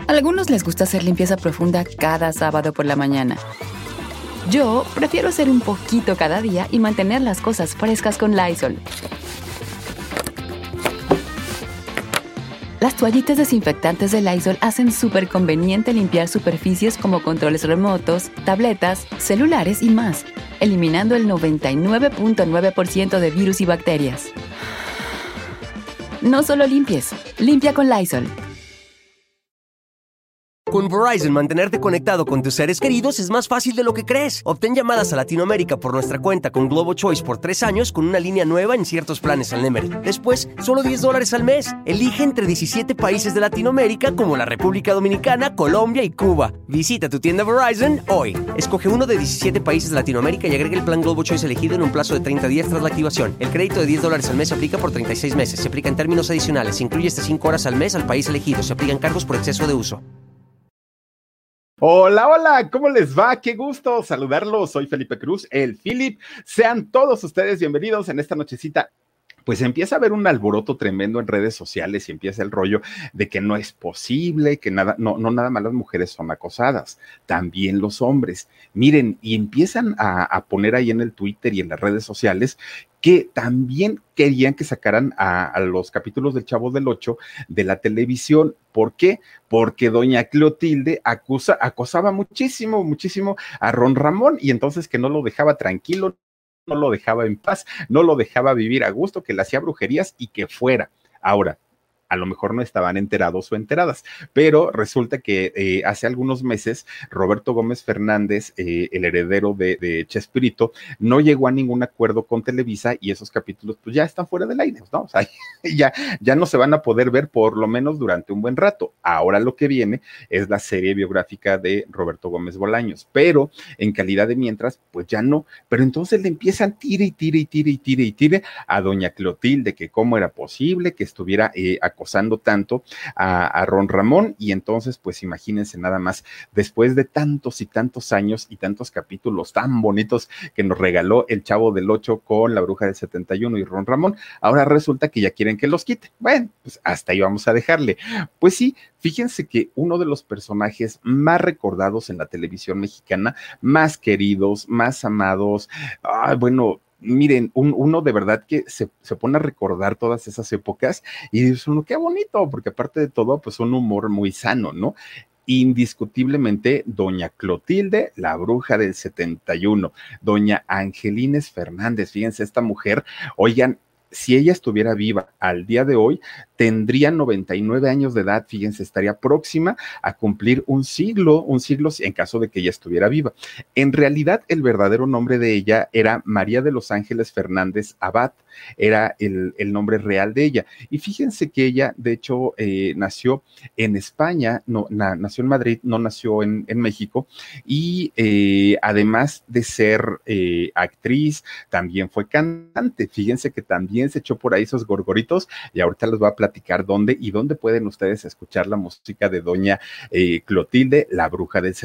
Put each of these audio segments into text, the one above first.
A algunos les gusta hacer limpieza profunda cada sábado por la mañana. Yo prefiero hacer un poquito cada día y mantener las cosas frescas con Lysol. Las toallitas desinfectantes de Lysol hacen súper conveniente limpiar superficies como controles remotos, tabletas, celulares y más, eliminando el 99.9% de virus y bacterias. No solo limpies, limpia con Lysol. Con Verizon, mantenerte conectado con tus seres queridos es más fácil de lo que crees. Obtén llamadas a Latinoamérica por nuestra cuenta con Globo Choice por 3 años con una línea nueva en ciertos planes al Nemery. Después, solo $10 al mes. Elige entre 17 países de Latinoamérica como la República Dominicana, Colombia y Cuba. Visita tu tienda Verizon hoy. Escoge uno de 17 países de Latinoamérica y agrega el plan Globo Choice elegido en un plazo de 30 días tras la activación. El crédito de $10 al mes se aplica por 36 meses. Se aplica en términos adicionales. Se incluye hasta 5 horas al mes al país elegido. Se aplican cargos por exceso de uso. Hola, hola, ¿cómo les va? Qué gusto saludarlos. Soy Felipe Cruz, el Philip. Sean todos ustedes bienvenidos en esta nochecita. Pues empieza a haber un alboroto tremendo en redes sociales y empieza el rollo de que no es posible, que nada, no nada más las mujeres son acosadas, también los hombres. Miren, y empiezan a poner ahí en el Twitter y en las redes sociales que también querían que sacaran a los capítulos del Chavo del Ocho de la televisión. ¿Por qué? Porque doña Clotilde acosaba muchísimo a Ron Ramón y entonces que no lo dejaba tranquilo, no lo dejaba en paz, no lo dejaba vivir a gusto, que le hacía brujerías y que fuera. Ahora, a lo mejor no estaban enterados o enteradas, pero resulta que hace algunos meses Roberto Gómez Fernández, el heredero de Chespirito, no llegó a ningún acuerdo con Televisa y esos capítulos pues ya están fuera del aire, ¿no? O sea, ya no se van a poder ver por lo menos durante un buen rato. Ahora lo que viene es la serie biográfica de Roberto Gómez Bolaños, pero en calidad de mientras, pues ya no. Pero entonces le empiezan tire a doña Clotilde, que cómo era posible que estuviera acosando tanto a Ron Ramón, y entonces pues imagínense nada más, después de tantos y tantos años y tantos capítulos tan bonitos que nos regaló el Chavo del Ocho con la Bruja del 71 y Ron Ramón, ahora resulta que ya quieren que los quite. Bueno, pues hasta ahí vamos a dejarle. Pues sí, fíjense que uno de los personajes más recordados en la televisión mexicana, más queridos, más amados, bueno, miren, uno de verdad que se pone a recordar todas esas épocas y dice uno, qué bonito, porque aparte de todo, pues un humor muy sano, ¿no? Indiscutiblemente, doña Clotilde, la Bruja del 71, doña Angelines Fernández, fíjense, esta mujer, oigan, si ella estuviera viva al día de hoy, tendría 99 años de edad, fíjense, estaría próxima a cumplir un siglo en caso de que ella estuviera viva. En realidad, el verdadero nombre de ella era María de los Ángeles Fernández Abad, era el nombre real de ella. Y fíjense que ella, de hecho, nació en España, nació en Madrid, no nació en México, y además de ser actriz, también fue cantante. Fíjense que también se echó por ahí esos gorgoritos y ahorita les voy a platicar dónde y dónde pueden ustedes escuchar la música de doña Clotilde, la Bruja del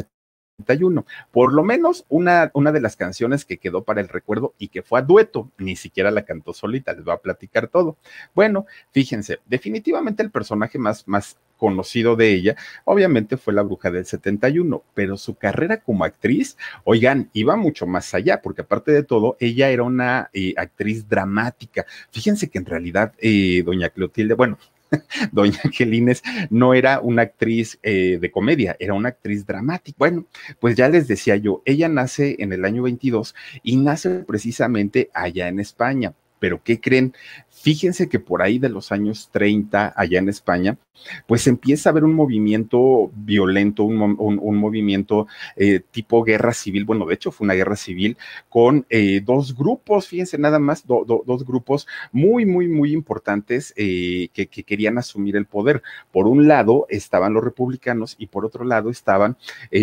71. Por lo menos una de las canciones que quedó para el recuerdo y que fue a dueto, ni siquiera la cantó solita, les voy a platicar todo. Bueno, fíjense, definitivamente el personaje más conocido de ella, obviamente fue la Bruja del 71, pero su carrera como actriz, oigan, iba mucho más allá, porque aparte de todo, ella era una actriz dramática. Fíjense que en realidad doña Clotilde, bueno, doña Angelines no era una actriz de comedia, era una actriz dramática. Bueno, pues ya les decía yo, ella nace en el año 22 y nace precisamente allá en España. Pero ¿qué creen? Fíjense que por ahí de los años 30, allá en España, pues empieza a haber un movimiento violento, un movimiento tipo guerra civil. Bueno, de hecho fue una guerra civil con dos grupos, fíjense nada más, dos grupos muy importantes que querían asumir el poder. Por un lado estaban los republicanos y por otro lado estaban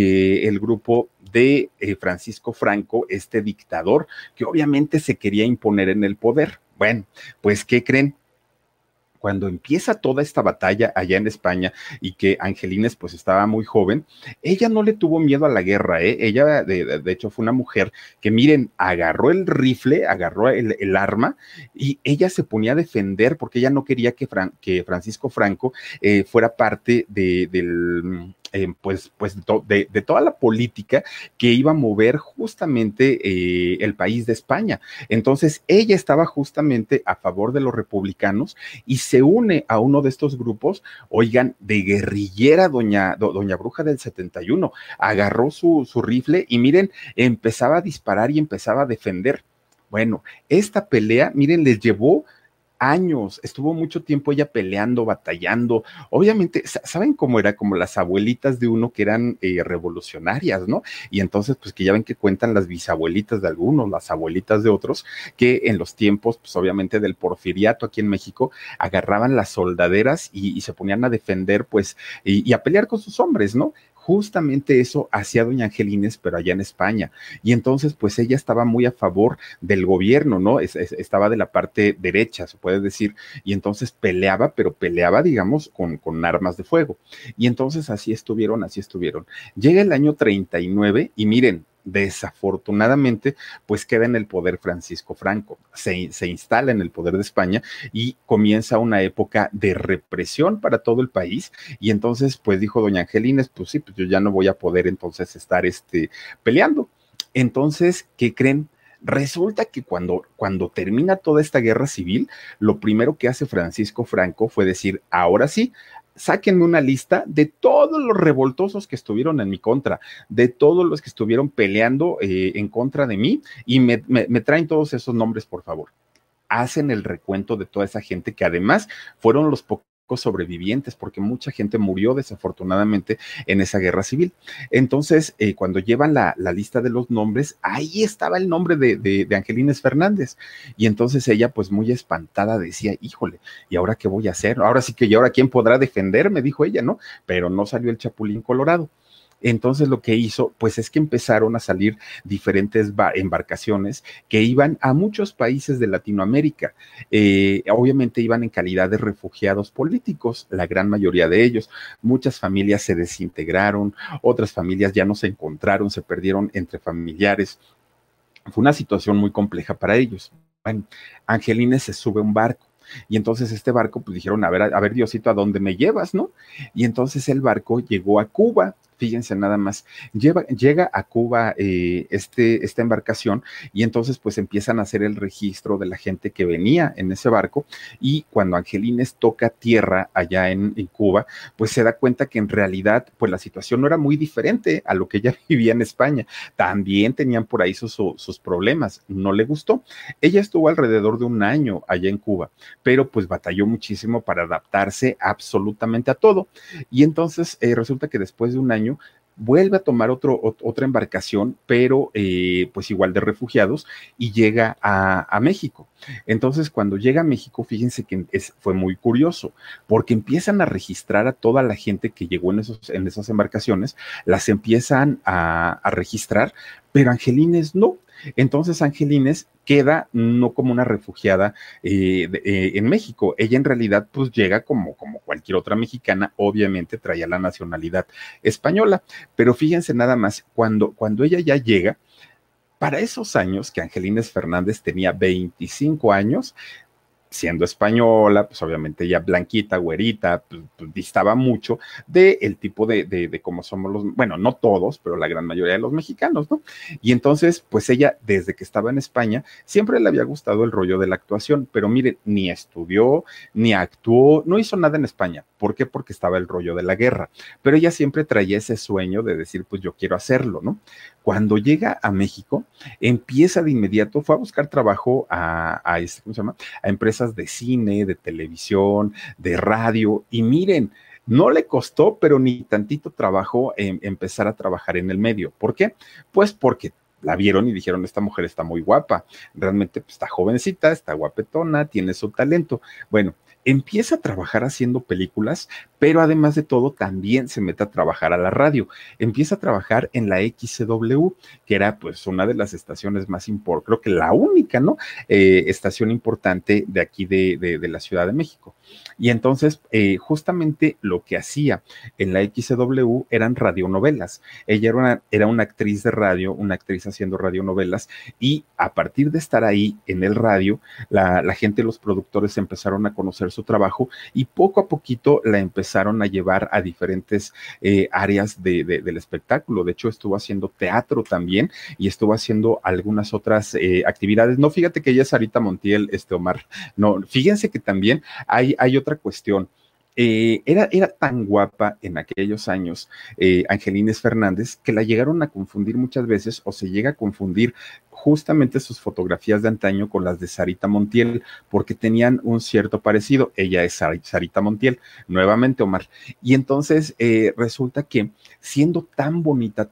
el grupo de Francisco Franco, este dictador que obviamente se quería imponer en el poder. Bueno, pues ¿qué creen? cuando empieza toda esta batalla allá en España y que Angelines pues estaba muy joven, ella no le tuvo miedo a la guerra, ¿eh? Ella de hecho fue una mujer que miren, agarró el rifle, agarró el arma y ella se ponía a defender porque ella no quería que Francisco Franco fuera parte de toda la política que iba a mover justamente el país de España. Entonces ella estaba justamente a favor de los republicanos y se une a uno de estos grupos, oigan, de guerrillera, doña Bruja del 71, agarró su rifle y miren, empezaba a disparar y empezaba a defender. Bueno, esta pelea, miren, les llevó años, estuvo mucho tiempo ella peleando, batallando. Obviamente, ¿saben cómo era? Como las abuelitas de uno que eran revolucionarias, ¿no? Y entonces, pues que ya ven que cuentan las bisabuelitas de algunos, las abuelitas de otros, que en los tiempos, pues obviamente del porfiriato aquí en México, agarraban las soldaderas y se ponían a defender, pues, y a pelear con sus hombres, ¿no? Justamente eso hacía doña Angelines, pero allá en España. Y entonces, pues ella estaba muy a favor del gobierno, ¿no? Estaba de la parte derecha, se puede decir, y entonces peleaba, pero peleaba, digamos, con armas de fuego. Y entonces así estuvieron, así estuvieron. Llega el año 39 y miren, desafortunadamente, pues queda en el poder Francisco Franco, se instala en el poder de España y comienza una época de represión para todo el país y entonces pues dijo doña Angelines, pues sí, pues yo ya no voy a poder entonces estar peleando. Entonces, ¿qué creen? Resulta que cuando termina toda esta guerra civil, lo primero que hace Francisco Franco fue decir, ahora sí, sáquenme una lista de todos los revoltosos que estuvieron en mi contra, de todos los que estuvieron peleando en contra de mí y me traen todos esos nombres, por favor. Hacen el recuento de toda esa gente que además fueron los pocos sobrevivientes, porque mucha gente murió desafortunadamente en esa guerra civil. Entonces, cuando llevan la lista de los nombres, ahí estaba el nombre de Angelines Fernández. Y entonces ella, pues muy espantada, decía, híjole, ¿y ahora qué voy a hacer? Ahora sí que, ¿y ahora quién podrá defenderme? Dijo ella, ¿no? Pero no salió el Chapulín Colorado. Entonces lo que hizo, pues es que empezaron a salir diferentes embarcaciones que iban a muchos países de Latinoamérica. Obviamente iban en calidad de refugiados políticos, la gran mayoría de ellos. Muchas familias se desintegraron, otras familias ya no se encontraron, se perdieron entre familiares. Fue una situación muy compleja para ellos. Bueno, Angelines se sube a un barco. Y entonces este barco, pues dijeron, a ver, Diosito, ¿a dónde me llevas, no? Y entonces el barco llegó a Cuba. Fíjense nada más, llega a Cuba esta embarcación y entonces pues empiezan a hacer el registro de la gente que venía en ese barco y cuando Angelines toca tierra allá en Cuba, pues se da cuenta que en realidad pues la situación no era muy diferente a lo que ella vivía en España. También tenían por ahí sus problemas, no le gustó. Ella estuvo alrededor de un año allá en Cuba, pero pues batalló muchísimo para adaptarse absolutamente a todo. Y entonces resulta que después de un año vuelve a tomar otra embarcación, pero pues igual de refugiados, y llega a México. Entonces, cuando llega a México, fíjense que fue muy curioso, porque empiezan a registrar a toda la gente que llegó en esas embarcaciones, las empiezan a registrar, pero Angelines no. Entonces Angelines queda no como una refugiada en México. Ella en realidad pues llega como cualquier otra mexicana, obviamente traía la nacionalidad española, pero fíjense nada más, cuando ella ya llega, para esos años que Angelines Fernández tenía 25 años, siendo española, pues obviamente ella blanquita, güerita, pues distaba mucho del tipo de cómo somos bueno, no todos, pero la gran mayoría de los mexicanos, ¿no? Y entonces, pues ella, desde que estaba en España, siempre le había gustado el rollo de la actuación, pero miren, ni estudió, ni actuó, no hizo nada en España. ¿Por qué? Porque estaba el rollo de la guerra. Pero ella siempre traía ese sueño de decir, pues yo quiero hacerlo, ¿no? Cuando llega a México, empieza de inmediato, fue a buscar trabajo ¿cómo se llama? A empresas de cine, de televisión, de radio, y miren, no le costó, pero ni tantito trabajo empezar a trabajar en el medio. ¿Por qué? Pues porque la vieron y dijeron, esta mujer está muy guapa, realmente pues, está jovencita, está guapetona, tiene su talento. Bueno, empieza a trabajar haciendo películas, pero además de todo también se mete a trabajar a la radio. Empieza a trabajar en la XCW, que era pues una de las estaciones más importantes, creo que la única, ¿no? Estación importante de aquí de la Ciudad de México. Y entonces, justamente lo que hacía en la XW eran radionovelas. Ella era una actriz de radio, una actriz haciendo radionovelas, y a partir de estar ahí en el radio, la gente, los productores empezaron a conocer su trabajo y poco a poquito la empezaron a llevar a diferentes áreas del espectáculo. De hecho, estuvo haciendo teatro también y estuvo haciendo algunas otras actividades. No, fíjate que ella es Sarita Montiel, Omar. No, fíjense que también hay otra cuestión. Era tan guapa en aquellos años, Angelines Fernández, que la llegaron a confundir muchas veces, o se llega a confundir justamente sus fotografías de antaño con las de Sarita Montiel, porque tenían un cierto parecido. Ella es Sarita Montiel, nuevamente, Omar. Y entonces resulta que siendo tan bonita,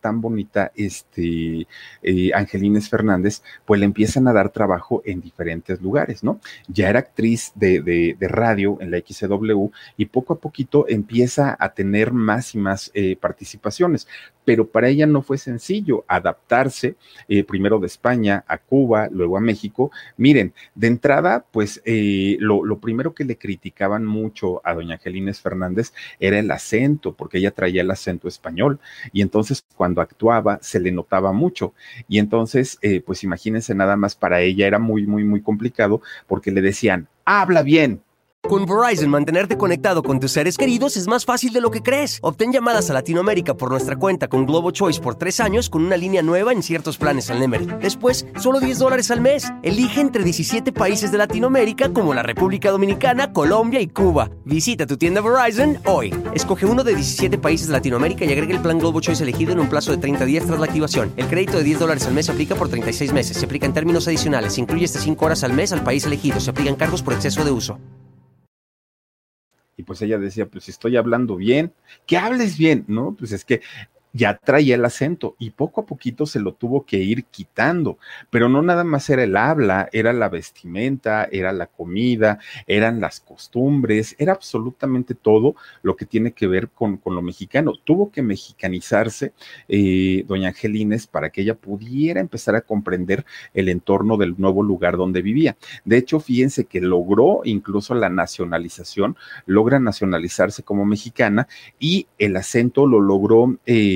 Angelines Fernández, pues le empiezan a dar trabajo en diferentes lugares, ¿no? Ya era actriz de radio en la XW y poco a poquito empieza a tener más y más participaciones, pero para ella no fue sencillo adaptarse, primero de España a Cuba, luego a México. Miren, de entrada, pues lo primero que le criticaban mucho a doña Angelines Fernández era el acento, porque ella traía el acento español, y entonces cuando actuaba se le notaba mucho, y entonces, pues imagínense, nada más para ella era muy, muy, muy complicado, porque le decían, habla bien. Con Verizon, mantenerte conectado con tus seres queridos es más fácil de lo que crees. Obtén llamadas a Latinoamérica por nuestra cuenta con Globo Choice por 3 años con una línea nueva en ciertos planes al Nemery. Después, solo $10 al mes. Elige entre 17 países de Latinoamérica como la República Dominicana, Colombia y Cuba. Visita tu tienda Verizon hoy. Escoge uno de 17 países de Latinoamérica y agrega el plan Globo Choice elegido en un plazo de 30 días tras la activación. El crédito de $10 al mes se aplica por 36 meses. Se aplica en términos adicionales. Se incluye hasta 5 horas al mes al país elegido. Se aplican cargos por exceso de uso. Y pues ella decía, pues si estoy hablando bien, que hables bien, ¿no? Pues es que ya traía el acento y poco a poquito se lo tuvo que ir quitando, pero no nada más era el habla, era la vestimenta, era la comida, eran las costumbres, era absolutamente todo lo que tiene que ver con lo mexicano. Tuvo que mexicanizarse doña Angelines para que ella pudiera empezar a comprender el entorno del nuevo lugar donde vivía. De hecho, fíjense que logró incluso la nacionalización, logra nacionalizarse como mexicana y el acento lo logró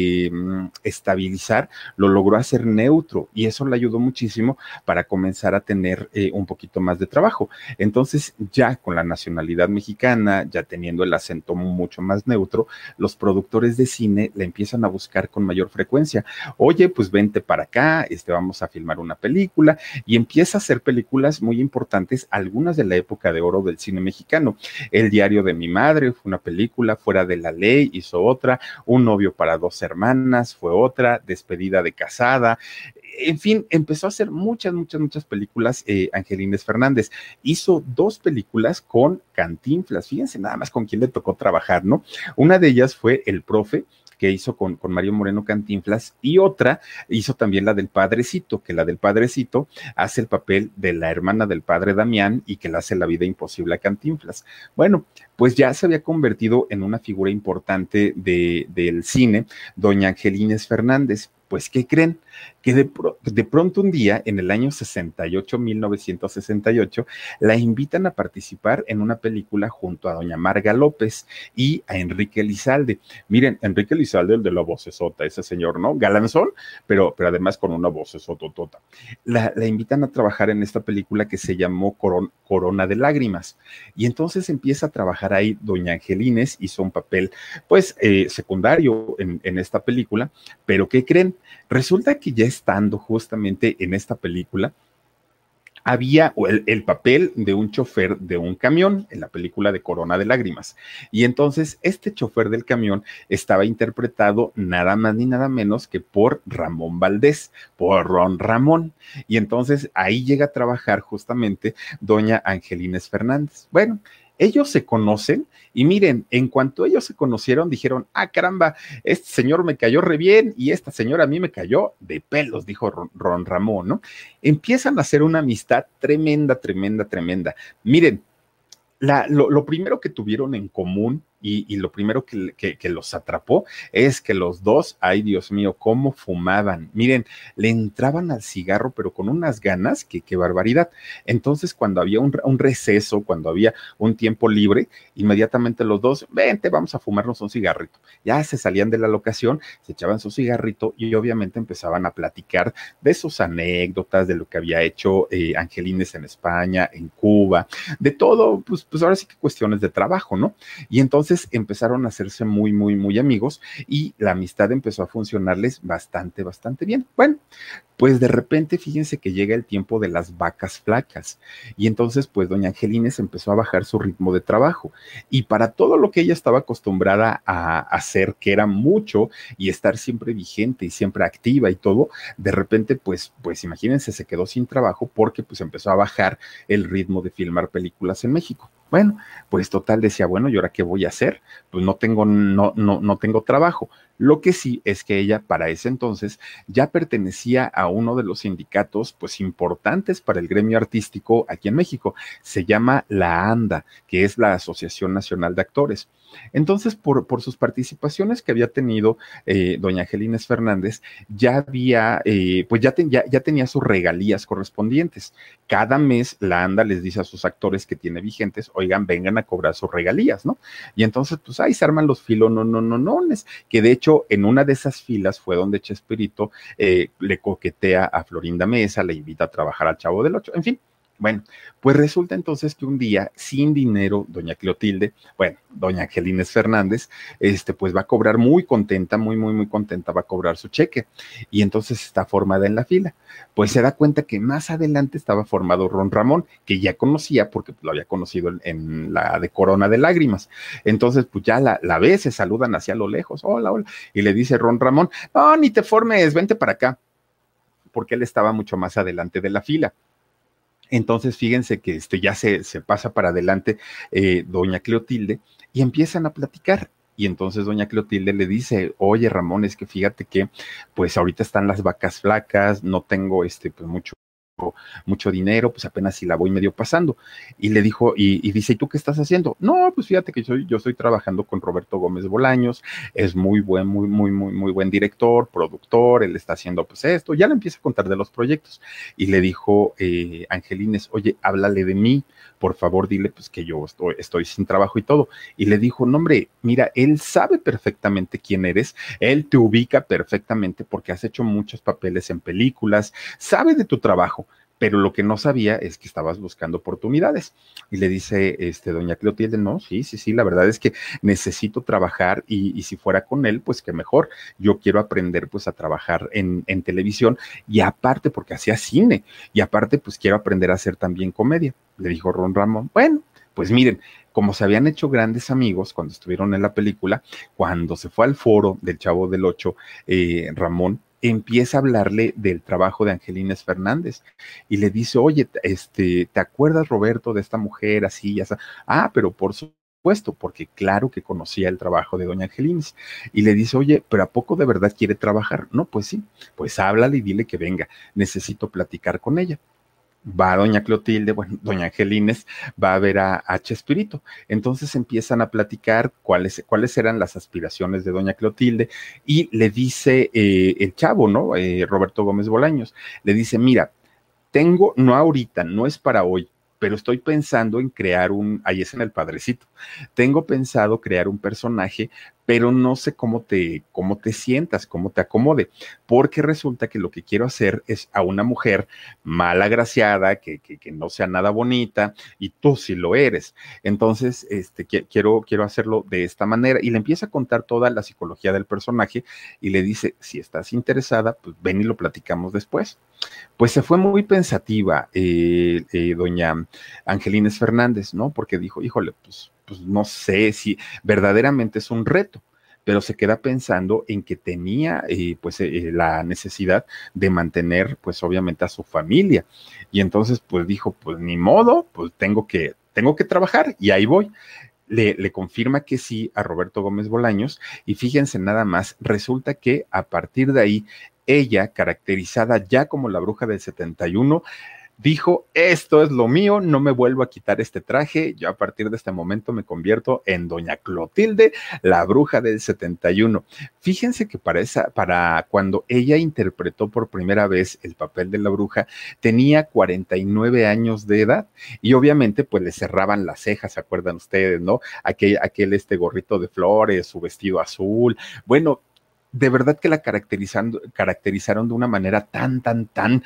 estabilizar, lo logró hacer neutro y eso le ayudó muchísimo para comenzar a tener un poquito más de trabajo. Entonces, ya con la nacionalidad mexicana, ya teniendo el acento mucho más neutro, los productores de cine la empiezan a buscar con mayor frecuencia. Oye, pues vente para acá, vamos a filmar una película, y empieza a hacer películas muy importantes, algunas de la época de oro del cine mexicano. El diario de mi madre fue una película, Fuera de la ley hizo otra, Un novio para dos hermanas fue otra, Despedida de casada. En fin, empezó a hacer muchas películas. Angelines Fernández hizo 2 películas con Cantinflas. Fíjense nada más con quién le tocó trabajar, ¿no? Una de ellas fue El Profe, que hizo con Mario Moreno Cantinflas, y otra hizo también la del Padrecito, que la del Padrecito hace el papel de la hermana del padre Damián y que le hace la vida imposible a Cantinflas. Bueno, pues ya se había convertido en una figura importante del cine, doña Angelines Fernández. Pues, ¿qué creen? Que de pronto un día, en el año 68, 1968, la invitan a participar en una película junto a doña Marga López y a Enrique Elizalde. Miren, Enrique Elizalde, el de la vocesota, ese señor, ¿no? Galanzón, pero además con una vocesototota. La invitan a trabajar en esta película que se llamó Corona de Lágrimas. Y entonces empieza a trabajar ahí doña Angelines, hizo un papel, pues, secundario en esta película, pero ¿qué creen? Resulta que ya estando justamente en esta película, había el papel de un chofer de un camión en la película de Corona de Lágrimas. Y entonces este chofer del camión estaba interpretado nada más ni nada menos que por Ramón Valdés, por Ron Ramón. Y entonces ahí llega a trabajar justamente doña Angelines Fernández. Bueno, ellos se conocen y miren, en cuanto ellos se conocieron, dijeron, ah, caramba, este señor me cayó re bien y esta señora a mí me cayó de pelos, dijo Ron Ramón, ¿no? Empiezan a hacer una amistad tremenda. Miren, lo primero que tuvieron en común y lo primero que los atrapó es que los dos, ay Dios mío, cómo fumaban. Miren, le entraban al cigarro, pero con unas ganas, que qué barbaridad. Entonces, cuando había un receso, cuando había un tiempo libre, inmediatamente los dos, vente, vamos a fumarnos un cigarrito. Ya se salían de la locación, se echaban su cigarrito y obviamente empezaban a platicar de sus anécdotas, de lo que había hecho Angelines en España, en Cuba, de todo, pues ahora sí que cuestiones de trabajo, ¿no? Y entonces empezaron a hacerse muy, muy, muy amigos y la amistad empezó a funcionarles bastante, bastante bien. Bueno, pues de repente fíjense que llega el tiempo de las vacas flacas y entonces pues doña Angelines empezó a bajar su ritmo de trabajo y para todo lo que ella estaba acostumbrada a hacer, que era mucho y estar siempre vigente y siempre activa y todo, de repente pues imagínense, se quedó sin trabajo porque pues empezó a bajar el ritmo de filmar películas en México. Bueno, pues total decía, bueno, ¿y ahora qué voy a hacer? Pues no tengo trabajo. Lo que sí es que ella para ese entonces ya pertenecía a uno de los sindicatos pues importantes para el gremio artístico aquí en México. Se llama la ANDA, que es la Asociación Nacional de Actores. Entonces, por sus participaciones que había tenido doña Angelines Fernández, ya había, pues ya tenía sus regalías correspondientes. Cada mes la ANDA les dice a sus actores que tiene vigentes, oigan, vengan a cobrar sus regalías, ¿no? Y entonces, pues ahí se arman los filonononones, que de hecho en una de esas filas fue donde Chespirito le coquetea a Florinda Mesa, le invita a trabajar al Chavo del Ocho, en fin. Bueno, pues resulta entonces que un día, sin dinero, doña Clotilde, bueno, doña Angelines Fernández, pues va a cobrar muy contenta, muy, muy, muy contenta, va a cobrar su cheque. Y entonces está formada en la fila. Pues se da cuenta que más adelante estaba formado Ron Ramón, que ya conocía, porque lo había conocido en la de Corona de Lágrimas. Entonces, pues ya la ve, se saludan hacia lo lejos, hola, hola, y le dice Ron Ramón, no, ni te formes, vente para acá, porque él estaba mucho más adelante de la fila. Entonces, fíjense que ya se pasa para adelante doña Clotilde y empiezan a platicar. Y entonces doña Clotilde le dice, oye Ramón, es que fíjate que pues ahorita están las vacas flacas, no tengo pues mucho dinero, pues apenas si la voy medio pasando. Y le dijo, y dice, ¿y tú qué estás haciendo? No, pues fíjate que yo estoy trabajando con Roberto Gómez Bolaños, es muy buen director, productor, él está haciendo pues esto, ya le empieza a contar de los proyectos. Y le dijo Angelines, oye, háblale de mí, por favor, dile pues que yo estoy sin trabajo y todo. Y le dijo, no hombre, mira, él sabe perfectamente quién eres, él te ubica perfectamente porque has hecho muchos papeles en películas, sabe de tu trabajo, pero lo que no sabía es que estabas buscando oportunidades. Y le dice doña Clotilde, no, sí, la verdad es que necesito trabajar y si fuera con él, pues que mejor. Yo quiero aprender pues a trabajar en televisión y aparte porque hacía cine y aparte pues quiero aprender a hacer también comedia. Le dijo Ron Ramón, bueno, pues miren, como se habían hecho grandes amigos cuando estuvieron en la película, cuando se fue al foro del Chavo del Ocho, Ramón empieza a hablarle del trabajo de Angelines Fernández y le dice, oye, ¿te acuerdas, Roberto, de esta mujer así? Ya ah, pero por supuesto, porque claro que conocía el trabajo de doña Angelines. Y le dice, oye, ¿pero a poco de verdad quiere trabajar? No, pues sí, pues háblale y dile que venga, necesito platicar con ella. Va doña Clotilde, bueno, doña Angelines va a ver a Chespirito. Entonces empiezan a platicar cuáles eran las aspiraciones de doña Clotilde y le dice el chavo, ¿no? Roberto Gómez Bolaños, le dice, mira, no ahorita, no es para hoy, pero estoy pensando en crear ahí es en El Padrecito, tengo pensado crear un personaje, pero no sé cómo te sientas, cómo te acomode, porque resulta que lo que quiero hacer es a una mujer mal agraciada, que no sea nada bonita, y tú sí lo eres. Entonces, quiero hacerlo de esta manera, y le empieza a contar toda la psicología del personaje, y le dice, si estás interesada, pues ven y lo platicamos después. Pues se fue muy pensativa doña Angelines Fernández, ¿no? Porque dijo, híjole, pues no sé si verdaderamente es un reto, pero se queda pensando en que tenía la necesidad de mantener pues obviamente a su familia. Y entonces pues dijo, pues ni modo, pues tengo que trabajar y ahí voy. Le confirma que sí a Roberto Gómez Bolaños y fíjense nada más, resulta que a partir de ahí ella, caracterizada ya como la bruja del 71, dijo, esto es lo mío, no me vuelvo a quitar este traje, yo a partir de este momento me convierto en doña Clotilde, la bruja del 71. Fíjense que para cuando ella interpretó por primera vez el papel de la bruja, tenía 49 años de edad y obviamente pues le cerraban las cejas, ¿se acuerdan ustedes, no? Aquel gorrito de flores, su vestido azul, bueno, de verdad que la caracterizaron de una manera tan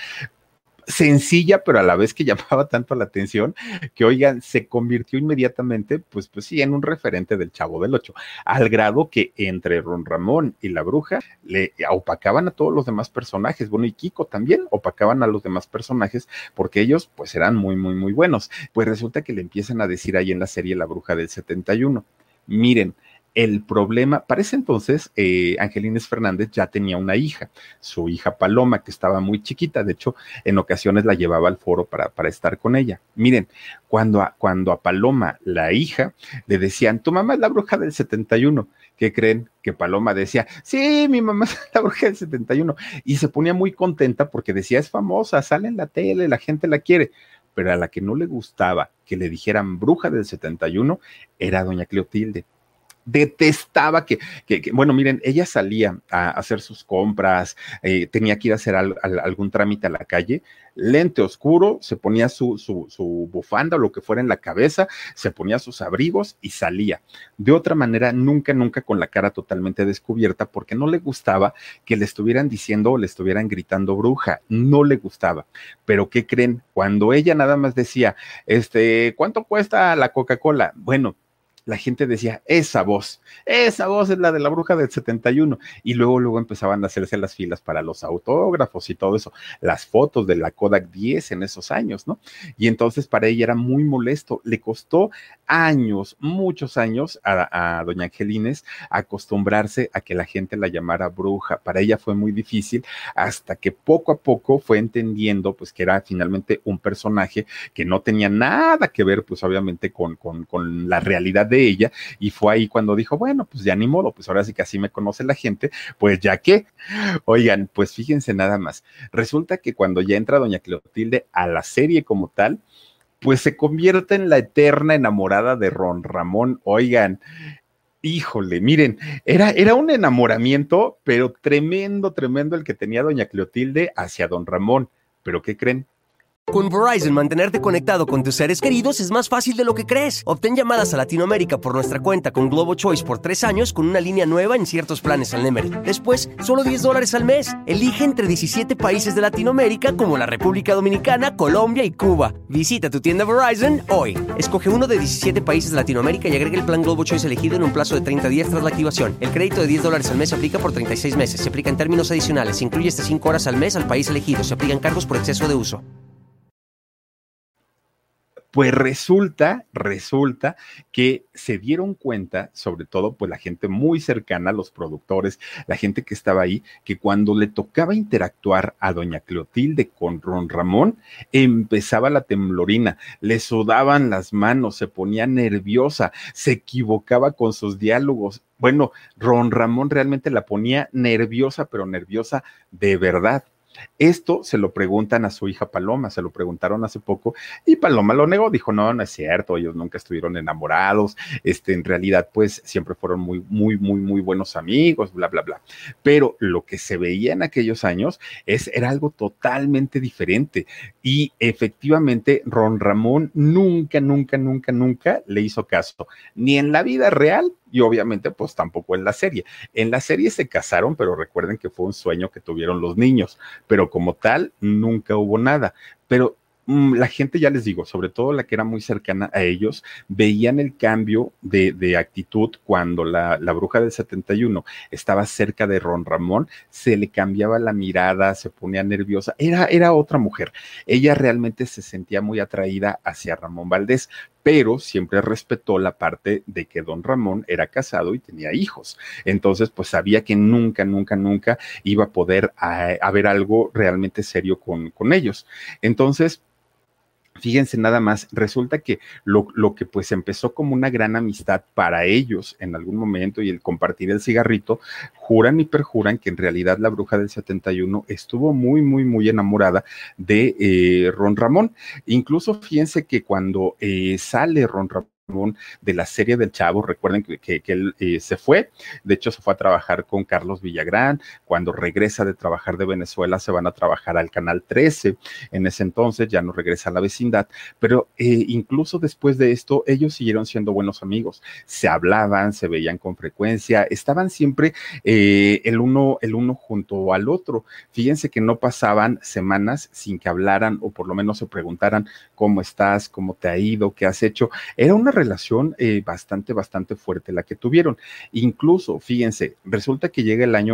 sencilla, pero a la vez que llamaba tanto la atención, que oigan, se convirtió inmediatamente, pues sí, en un referente del Chavo del Ocho, al grado que entre Ron Ramón y la bruja le opacaban a todos los demás personajes, bueno, y Kiko también opacaban a los demás personajes, porque ellos pues eran muy buenos. Pues resulta que le empiezan a decir ahí en la serie La Bruja del 71, miren, el problema, para ese entonces, Angelines Fernández ya tenía una hija, su hija Paloma, que estaba muy chiquita, de hecho, en ocasiones la llevaba al foro para estar con ella. Miren, cuando a Paloma, la hija, le decían, tu mamá es la bruja del 71, ¿qué creen? Que Paloma decía, sí, mi mamá es la bruja del 71, y se ponía muy contenta porque decía, es famosa, sale en la tele, la gente la quiere, pero a la que no le gustaba que le dijeran bruja del 71 era doña Clotilde. Detestaba bueno, miren, ella salía a hacer sus compras, tenía que ir a hacer algún trámite a la calle, lente oscuro, se ponía su bufanda o lo que fuera en la cabeza, se ponía sus abrigos y salía. De otra manera, nunca con la cara totalmente descubierta, porque no le gustaba que le estuvieran diciendo o le estuvieran gritando bruja, no le gustaba. Pero ¿qué creen? Cuando ella nada más decía, ¿cuánto cuesta la Coca-Cola? Bueno, la gente decía, esa voz es la de la bruja del 71, y luego empezaban a hacerse las filas para los autógrafos y todo eso, las fotos de la Kodak 10 en esos años, ¿no? Y entonces para ella era muy molesto, le costó años, muchos años a doña Angelines acostumbrarse a que la gente la llamara bruja. Para ella fue muy difícil hasta que poco a poco fue entendiendo pues que era finalmente un personaje que no tenía nada que ver pues obviamente con la realidad de ella, y fue ahí cuando dijo, bueno, pues ya ni modo, pues ahora sí que así me conoce la gente, pues ya que, oigan, pues fíjense nada más, resulta que cuando ya entra doña Clotilde a la serie como tal, pues se convierte en la eterna enamorada de Ron Ramón, oigan, híjole, miren, era un enamoramiento, pero tremendo el que tenía doña Clotilde hacia don Ramón, pero ¿qué creen? Con Verizon, mantenerte conectado con tus seres queridos es más fácil de lo que crees. Obtén llamadas a Latinoamérica por nuestra cuenta con Globo Choice por 3 años con una línea nueva en ciertos planes al Nemery. Después, solo $10 al mes. Elige entre 17 países de Latinoamérica como la República Dominicana, Colombia y Cuba. Visita tu tienda Verizon hoy. Escoge uno de 17 países de Latinoamérica y agrega el plan Globo Choice elegido en un plazo de 30 días tras la activación. El crédito de $10 al mes se aplica por 36 meses. Se aplica en términos adicionales. Se incluye hasta 5 horas al mes al país elegido. Se aplican cargos por exceso de uso. Pues resulta que se dieron cuenta, sobre todo pues la gente muy cercana, los productores, la gente que estaba ahí, que cuando le tocaba interactuar a doña Clotilde con Ron Ramón, empezaba la temblorina, le sudaban las manos, se ponía nerviosa, se equivocaba con sus diálogos. Bueno, Ron Ramón realmente la ponía nerviosa, pero nerviosa de verdad. Esto se lo preguntan a su hija Paloma, se lo preguntaron hace poco y Paloma lo negó, dijo, no es cierto, ellos nunca estuvieron enamorados, en realidad pues siempre fueron muy buenos amigos, bla. Pero lo que se veía en aquellos años era algo totalmente diferente y efectivamente Ron Ramón nunca le hizo caso, ni en la vida real y obviamente pues tampoco en la serie. En la serie se casaron, pero recuerden que fue un sueño que tuvieron los niños, pero como tal nunca hubo nada. Pero la gente, ya les digo, sobre todo la que era muy cercana a ellos, veían el cambio de actitud cuando la bruja del 71 estaba cerca de Ron Ramón, se le cambiaba la mirada, se ponía nerviosa, era otra mujer. Ella realmente se sentía muy atraída hacia Ramón Valdés, pero siempre respetó la parte de que don Ramón era casado y tenía hijos. Entonces, pues sabía que nunca iba a poder haber algo realmente serio con ellos. Entonces, Fíjense nada más, resulta que lo que pues empezó como una gran amistad para ellos en algún momento y el compartir el cigarrito, juran y perjuran que en realidad la bruja del 71 estuvo muy, muy, muy enamorada de Ron Ramón. Incluso fíjense que cuando sale Ron Ramón de la serie del Chavo, recuerden que él se fue, de hecho se fue a trabajar con Carlos Villagrán, cuando regresa de trabajar de Venezuela se van a trabajar al Canal 13, en ese entonces ya no regresa a la vecindad, pero incluso después de esto ellos siguieron siendo buenos amigos, se hablaban, se veían con frecuencia, estaban siempre el uno junto al otro. Fíjense que no pasaban semanas sin que hablaran o por lo menos se preguntaran cómo estás, cómo te ha ido, qué has hecho. Era una relación bastante fuerte la que tuvieron. Incluso, fíjense, resulta que llega el año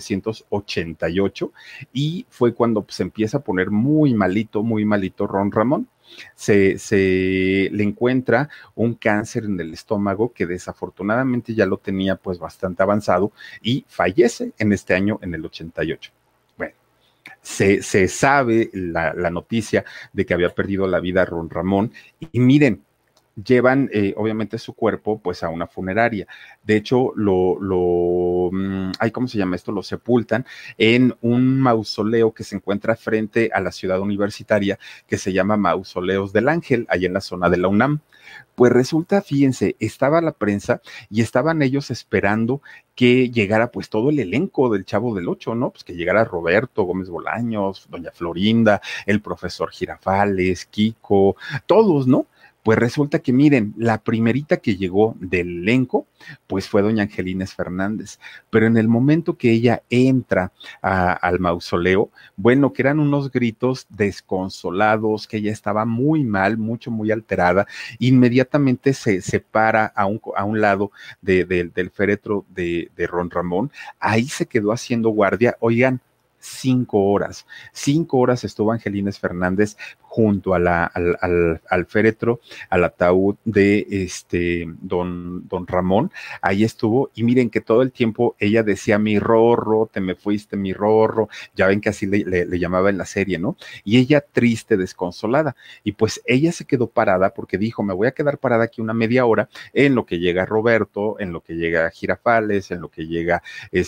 1988 y fue cuando se empieza a poner muy malito Ron Ramón. Se le encuentra un cáncer en el estómago que desafortunadamente ya lo tenía pues bastante avanzado y fallece en este año, en el 88. Bueno, se sabe la noticia de que había perdido la vida Ron Ramón y miren, llevan obviamente su cuerpo pues a una funeraria. De hecho, ay, ¿cómo se llama esto? Lo sepultan en un mausoleo que se encuentra frente a la ciudad universitaria que se llama Mausoleos del Ángel, ahí en la zona de la UNAM. Pues resulta, fíjense, estaba la prensa y estaban ellos esperando que llegara pues todo el elenco del Chavo del Ocho, ¿no? Pues que llegara Roberto Gómez Bolaños, doña Florinda, el profesor Girafales, Kiko, todos, ¿no? Pues resulta que miren, la primerita que llegó del elenco, pues fue doña Angelines Fernández, pero en el momento que ella entra al mausoleo, bueno, que eran unos gritos desconsolados, que ella estaba muy mal, muy alterada, inmediatamente se para a un lado del féretro de Ron Ramón, ahí se quedó haciendo guardia, oigan, 5 horas estuvo Angelines Fernández junto al féretro, al ataúd de don Ramón, ahí estuvo, y miren que todo el tiempo ella decía, mi Rorro, te me fuiste, mi Rorro, ya ven que así le llamaba en la serie, ¿no? Y ella triste, desconsolada, y pues ella se quedó parada porque dijo, me voy a quedar parada aquí una media hora en lo que llega Roberto, en lo que llega Girafales, en lo que llega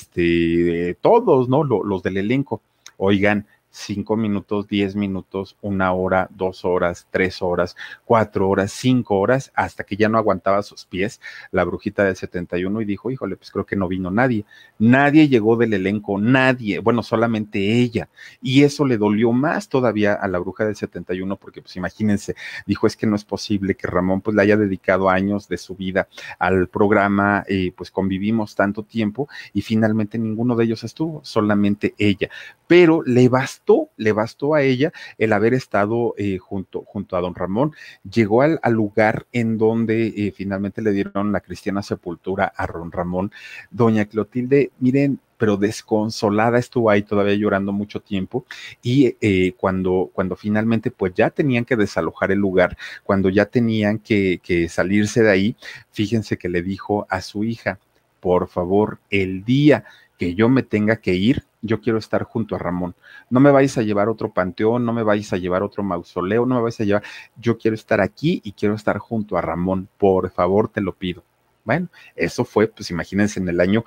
todos, ¿no? Los del elenco. Oigan, 5 minutos, 10 minutos, 1 hora, 2 horas, 3 horas, 4 horas, 5 horas, hasta que ya no aguantaba sus pies la brujita del 71 y dijo, híjole, pues creo que no vino nadie. Nadie llegó del elenco, nadie, bueno, solamente ella. Y eso le dolió más todavía a la bruja del 71 porque pues imagínense, dijo, es que no es posible que Ramón pues le haya dedicado años de su vida al programa, pues convivimos tanto tiempo y finalmente ninguno de ellos estuvo, solamente ella. Pero le bastó a ella el haber estado junto a don Ramón. Llegó al lugar en donde finalmente le dieron la cristiana sepultura a don Ramón. Doña Clotilde, miren, pero desconsolada estuvo ahí todavía llorando mucho tiempo y cuando finalmente pues ya tenían que desalojar el lugar, cuando ya tenían que salirse de ahí, fíjense que le dijo a su hija, por favor, el día que yo me tenga que ir, yo quiero estar junto a Ramón. No me vais a llevar otro panteón, no me vais a llevar otro mausoleo, no me vais a llevar, yo quiero estar aquí y quiero estar junto a Ramón, por favor, te lo pido. Bueno, eso fue, pues imagínense, en el año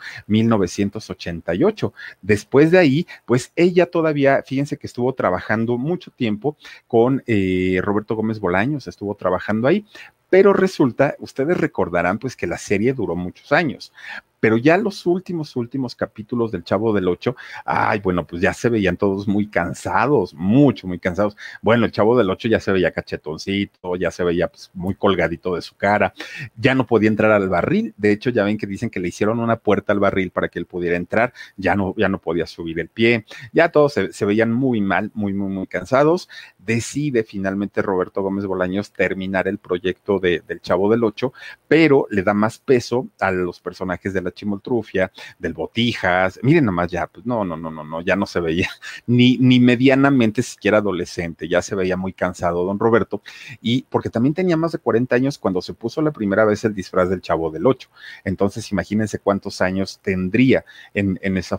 1988. Después de ahí, pues ella todavía, fíjense que estuvo trabajando mucho tiempo con Roberto Gómez Bolaños, estuvo trabajando ahí, pero resulta, ustedes recordarán pues que la serie duró muchos años, pero ya los últimos capítulos del Chavo del Ocho, ay, bueno, pues ya se veían todos muy cansados, muy cansados. Bueno, el Chavo del Ocho ya se veía cachetoncito, ya se veía pues muy colgadito de su cara, ya no podía entrar al barril, de hecho ya ven que dicen que le hicieron una puerta al barril para que él pudiera entrar, ya no podía subir el pie, ya todos se veían muy mal, muy cansados. Decide finalmente Roberto Gómez Bolaños terminar el proyecto del Chavo del Ocho, pero le da más peso a los personajes de la Chimoltrufia, del Botijas, miren nomás ya, pues no, ya no se veía ni medianamente siquiera adolescente, ya se veía muy cansado don Roberto, y porque también tenía más de 40 años cuando se puso la primera vez el disfraz del Chavo del Ocho, entonces imagínense cuántos años tendría en esa foto.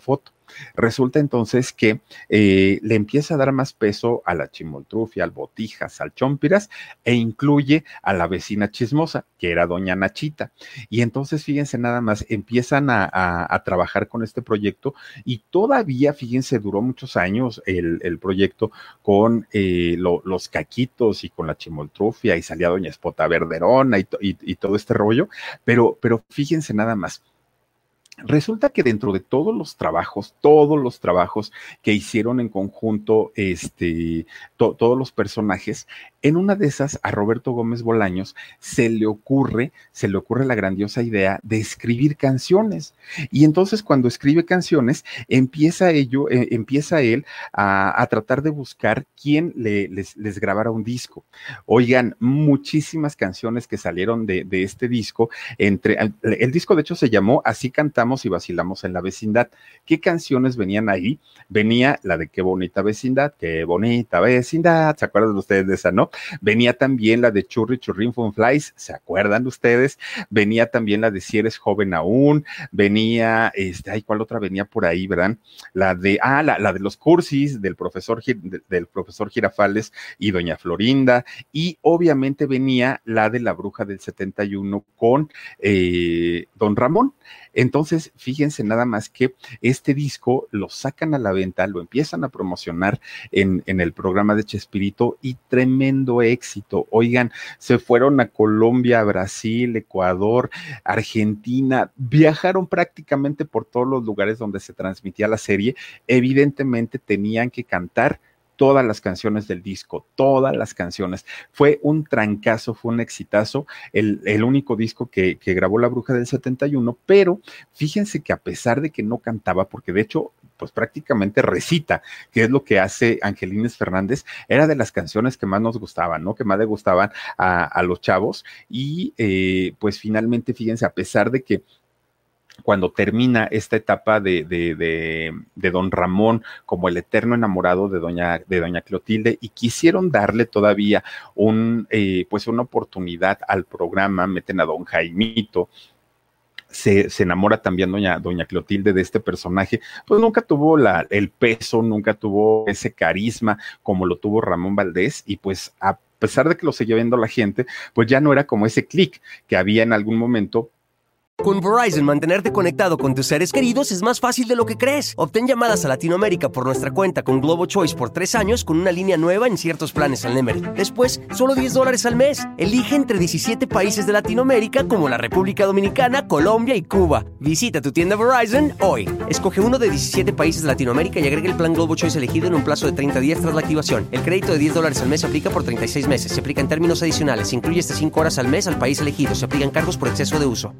Resulta entonces que le empieza a dar más peso a la chimoltrufia, al botijas, al chompiras, e incluye a la vecina chismosa, que era doña Nachita. Y entonces, fíjense nada más, empiezan a trabajar con este proyecto y todavía, fíjense, duró muchos años el proyecto con los caquitos y con la chimoltrufia y salía doña Espota Verderona y todo este rollo, pero fíjense nada más. Resulta que dentro de todos los trabajos que hicieron en conjunto, todos los personajes, en una de esas a Roberto Gómez Bolaños se le ocurre la grandiosa idea de escribir canciones. Y entonces cuando escribe canciones, empieza él a tratar de buscar quién les grabara un disco. Oigan, muchísimas canciones que salieron de este disco, el disco de hecho se llamó Así cantamos y vacilamos en la vecindad. ¿Qué canciones venían ahí? Venía la de Qué bonita vecindad, ¿se acuerdan ustedes de esa, no? Venía también la de Churri Churrín Fun Flies, ¿se acuerdan ustedes? Venía también la de Si eres joven aún, venía, ¿cuál otra venía por ahí, verdad? La de los cursis del profesor Girafales y doña Florinda, y obviamente venía la de La Bruja del 71 con don Ramón. Entonces, fíjense nada más que este disco lo sacan a la venta, lo empiezan a promocionar en el programa de Chespirito y tremendo éxito. Oigan, se fueron a Colombia, Brasil, Ecuador, Argentina, viajaron prácticamente por todos los lugares donde se transmitía la serie. Evidentemente tenían que cantar todas las canciones del disco, todas las canciones. Fue un trancazo, fue un exitazo, el único disco que grabó La Bruja del 71, pero fíjense que a pesar de que no cantaba, porque de hecho, pues prácticamente recita, que es lo que hace Angelines Fernández, era de las canciones que más nos gustaban, ¿no? Que más le gustaban a los chavos, y pues finalmente, fíjense, a pesar de que cuando termina esta etapa de don Ramón como el eterno enamorado de doña Clotilde, y quisieron darle todavía pues una oportunidad al programa, meten a don Jaimito. Se enamora también doña Clotilde de este personaje, pues nunca tuvo el peso, nunca tuvo ese carisma como lo tuvo Ramón Valdés, y pues a pesar de que lo seguía viendo la gente, pues ya no era como ese clic que había en algún momento. Con Verizon, mantenerte conectado con tus seres queridos es más fácil de lo que crees. Obtén llamadas a Latinoamérica por nuestra cuenta con Globo Choice por 3 años con una línea nueva en ciertos planes al Nemery. Después, solo $10 al mes. Elige entre 17 países de Latinoamérica como la República Dominicana, Colombia y Cuba. Visita tu tienda Verizon hoy. Escoge uno de 17 países de Latinoamérica y agrega el plan Globo Choice elegido en un plazo de 30 días tras la activación. El crédito de $10 al mes se aplica por 36 meses. Se aplica en términos adicionales. Se incluye hasta 5 horas al mes al país elegido. Se aplican cargos por exceso de uso.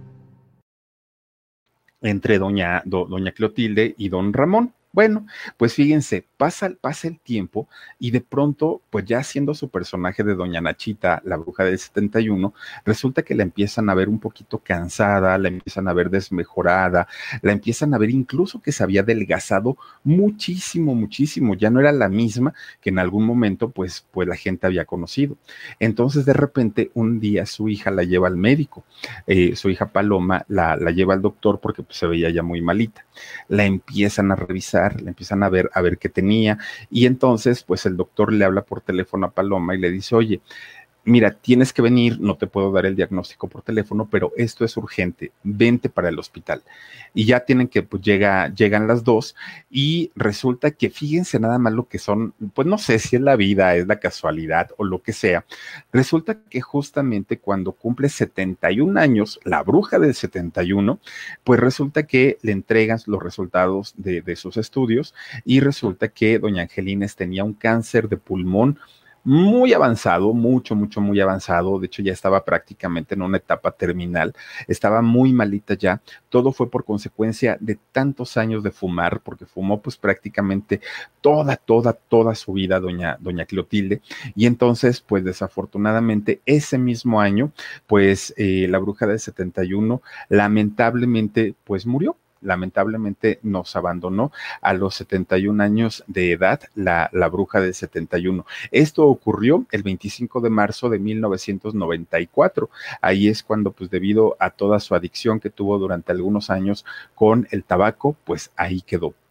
Entre doña Clotilde y don Ramón. Bueno, pues fíjense, pasa el tiempo y de pronto, pues ya siendo su personaje de doña Nachita, la bruja del 71, resulta que la empiezan a ver un poquito cansada, la empiezan a ver desmejorada, la empiezan a ver incluso que se había adelgazado muchísimo, muchísimo, ya no era la misma que en algún momento pues la gente había conocido. Entonces de repente un día su hija la lleva al médico, su hija Paloma la lleva al doctor porque pues, se veía ya muy malita. La empiezan a revisar, la empiezan a ver qué tenía, y entonces pues el doctor le habla por teléfono a Paloma y le dice, oye, mira, tienes que venir, no te puedo dar el diagnóstico por teléfono, pero esto es urgente, vente para el hospital. Y ya tienen que, pues llegan las dos, y resulta que fíjense nada más lo que son, pues no sé si es la vida, es la casualidad o lo que sea. Resulta que justamente cuando cumple 71 años, la bruja del 71, pues resulta que le entregan los resultados de sus estudios, y resulta que doña Angelines tenía un cáncer de pulmón muy avanzado, muy avanzado. De hecho, ya estaba prácticamente en una etapa terminal, estaba muy malita ya. Todo fue por consecuencia de tantos años de fumar, porque fumó pues prácticamente toda su vida doña Clotilde. Y entonces, pues desafortunadamente, ese mismo año, pues la bruja del 71 lamentablemente pues murió. Lamentablemente nos abandonó a los 71 años de edad la bruja del 71. Esto ocurrió el 25 de marzo de 1994. Ahí es cuando, pues debido a toda su adicción que tuvo durante algunos años con el tabaco, pues ahí quedó.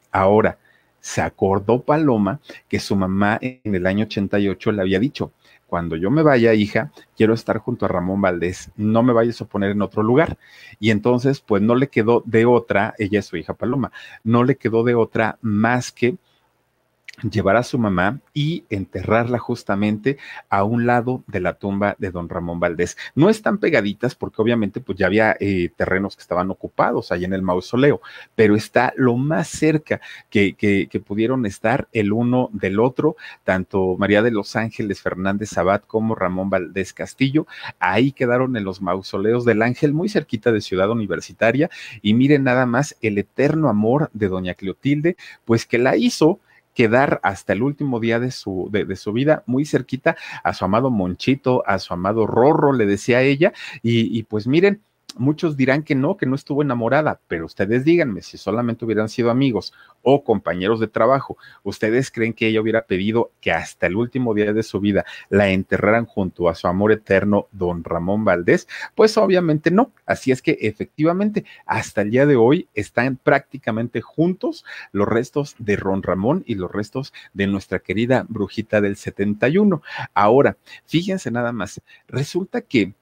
Ahora, se acordó Paloma que su mamá en el año 88 le había dicho, cuando yo me vaya, hija, quiero estar junto a Ramón Valdés, no me vayas a poner en otro lugar. Y entonces, pues no le quedó de otra, ella es su hija Paloma, no le quedó de otra más que llevar a su mamá y enterrarla justamente a un lado de la tumba de don Ramón Valdés. No están pegaditas porque obviamente pues ya había terrenos que estaban ocupados ahí en el mausoleo, pero está lo más cerca que pudieron estar el uno del otro, tanto María de los Ángeles Fernández Abad como Ramón Valdés Castillo. Ahí quedaron en los mausoleos del Ángel, muy cerquita de Ciudad Universitaria, y miren nada más el eterno amor de doña Clotilde, pues que la hizo quedar hasta el último día de su vida muy cerquita a su amado Monchito, a su amado Rorro, le decía ella, y pues miren, muchos dirán que no estuvo enamorada, pero ustedes díganme, si solamente hubieran sido amigos o compañeros de trabajo, ¿ustedes creen que ella hubiera pedido que hasta el último día de su vida la enterraran junto a su amor eterno, don Ramón Valdés? Pues obviamente no. Así es que efectivamente, hasta el día de hoy están prácticamente juntos los restos de Ron Ramón y los restos de nuestra querida brujita del 71. Ahora, fíjense nada más, resulta que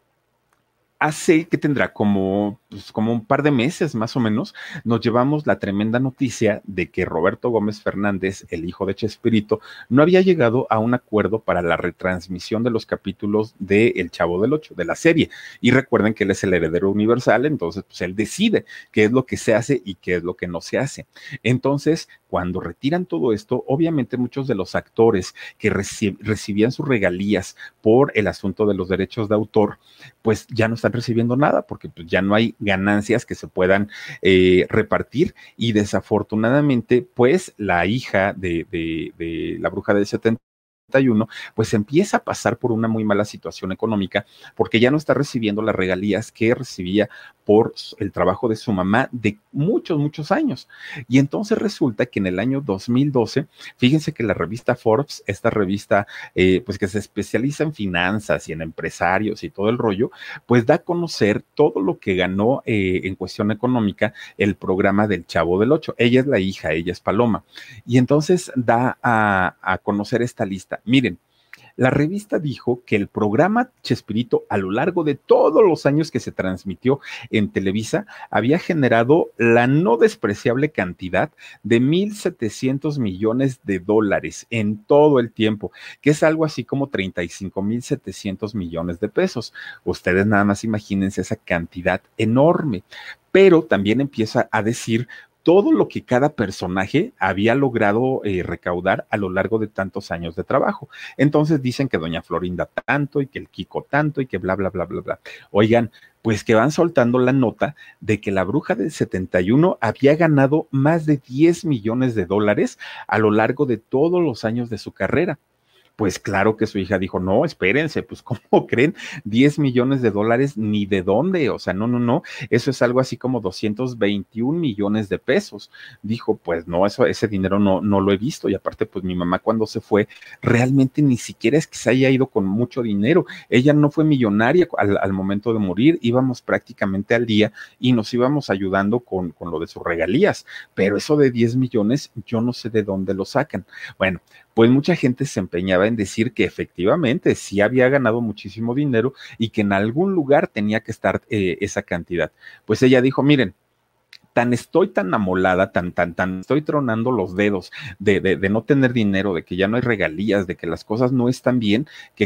hace que tendrá como, pues, como un par de meses más o menos, nos llevamos la tremenda noticia de que Roberto Gómez Fernández, el hijo de Chespirito, no había llegado a un acuerdo para la retransmisión de los capítulos de El Chavo del Ocho, de la serie. Y recuerden que él es el heredero universal, entonces pues él decide qué es lo que se hace y qué es lo que no se hace. Entonces, cuando retiran todo esto, obviamente muchos de los actores que recibían sus regalías por el asunto de los derechos de autor, pues ya no están recibiendo nada porque pues ya no hay ganancias que se puedan repartir, y desafortunadamente pues la hija de la bruja del 71 pues empieza a pasar por una muy mala situación económica porque ya no está recibiendo las regalías que recibía por el trabajo de su mamá de muchos, muchos años. Y entonces resulta que en el año 2012, fíjense que la revista Forbes, esta revista pues que se especializa en finanzas y en empresarios y todo el rollo, pues da a conocer todo lo que ganó en cuestión económica el programa del Chavo del Ocho. Ella es la hija, ella es Paloma. Y entonces da a conocer esta lista. Miren, la revista dijo que el programa Chespirito, a lo largo de todos los años que se transmitió en Televisa, había generado la no despreciable cantidad de 1,700 millones de dólares en todo el tiempo, que es algo así como 35,700 millones de pesos. Ustedes nada más imagínense esa cantidad enorme. Pero también empieza a decir todo lo que cada personaje había logrado recaudar a lo largo de tantos años de trabajo. Entonces dicen que doña Florinda tanto y que el Kiko tanto y que bla, bla, bla, bla, bla. Oigan, pues que van soltando la nota de que la bruja del 71 había ganado más de 10 millones de dólares a lo largo de todos los años de su carrera. Pues claro que su hija dijo, no, espérense, pues ¿cómo creen? 10 millones de dólares, ni de dónde, o sea, no, no, no, eso es algo así como 221 millones de pesos. Dijo, pues no, eso, ese dinero no lo he visto, y aparte, pues mi mamá cuando se fue, realmente ni siquiera es que se haya ido con mucho dinero, ella no fue millonaria al momento de morir, íbamos prácticamente al día y nos íbamos ayudando con lo de sus regalías, pero eso de 10 millones, yo no sé de dónde lo sacan. Bueno, pues mucha gente se empeñaba en decir que efectivamente sí había ganado muchísimo dinero y que en algún lugar tenía que estar esa cantidad. Pues ella dijo, miren, estoy tan amolada, tan estoy tronando los dedos de no tener dinero, de que ya no hay regalías, de que las cosas no están bien,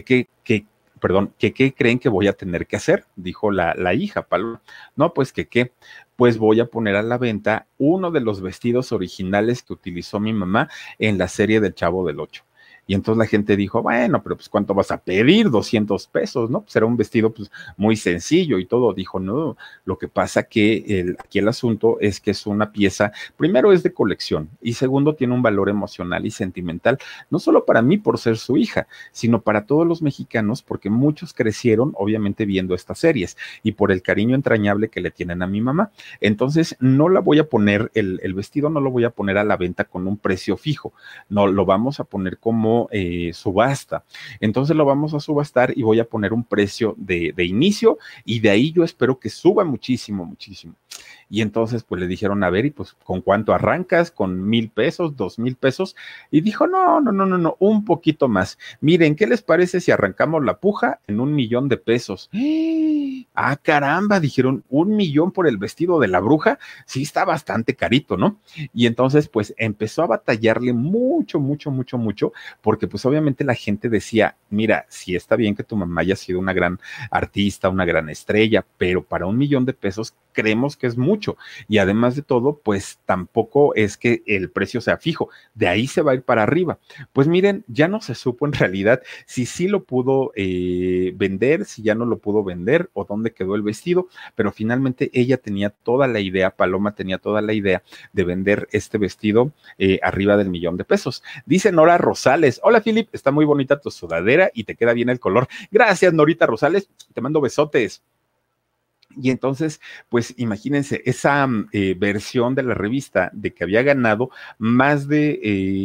perdón, ¿qué creen que voy a tener que hacer? Dijo la hija, Paloma. No, pues ¿qué? Pues voy a poner a la venta uno de los vestidos originales que utilizó mi mamá en la serie del Chavo del Ocho. Y entonces la gente dijo, bueno, pero pues ¿cuánto vas a pedir? 200 pesos, ¿no? Pues era un vestido pues muy sencillo y todo. Dijo, no, lo que pasa que aquí el asunto es que es una pieza, primero es de colección y segundo tiene un valor emocional y sentimental, no solo para mí por ser su hija, sino para todos los mexicanos porque muchos crecieron obviamente viendo estas series y por el cariño entrañable que le tienen a mi mamá. Entonces no la voy a poner, el vestido no lo voy a poner a la venta con un precio fijo, no, lo vamos a poner como subasta. Entonces lo vamos a subastar y voy a poner un precio de inicio y de ahí yo espero que suba muchísimo, muchísimo. Y entonces pues le dijeron, a ver, y pues ¿con cuánto arrancas? ¿Con 1,000 pesos, 2,000 pesos? Y dijo, no, no, no, no, no, un poquito más. Miren, ¿qué les parece si arrancamos la puja en 1,000,000 de pesos? Ah, caramba, dijeron, 1,000,000 por el vestido de la bruja, sí está bastante carito, ¿no? Y entonces pues empezó a batallarle mucho, mucho, mucho, mucho, porque pues obviamente la gente decía, mira, sí está bien que tu mamá haya sido una gran artista, una gran estrella, pero para 1,000,000 de pesos creemos que es mucho. Y además de todo, pues tampoco es que el precio sea fijo, de ahí se va a ir para arriba. Pues miren, ya no se supo en realidad si sí lo pudo vender, si ya no lo pudo vender o dónde quedó el vestido, pero finalmente ella tenía toda la idea, Paloma tenía toda la idea de vender este vestido arriba del 1,000,000 de pesos. Dice Nora Rosales, hola Philip, está muy bonita tu sudadera y te queda bien el color. Gracias Norita Rosales, te mando besotes. Y entonces, pues imagínense esa versión de la revista de que había ganado más de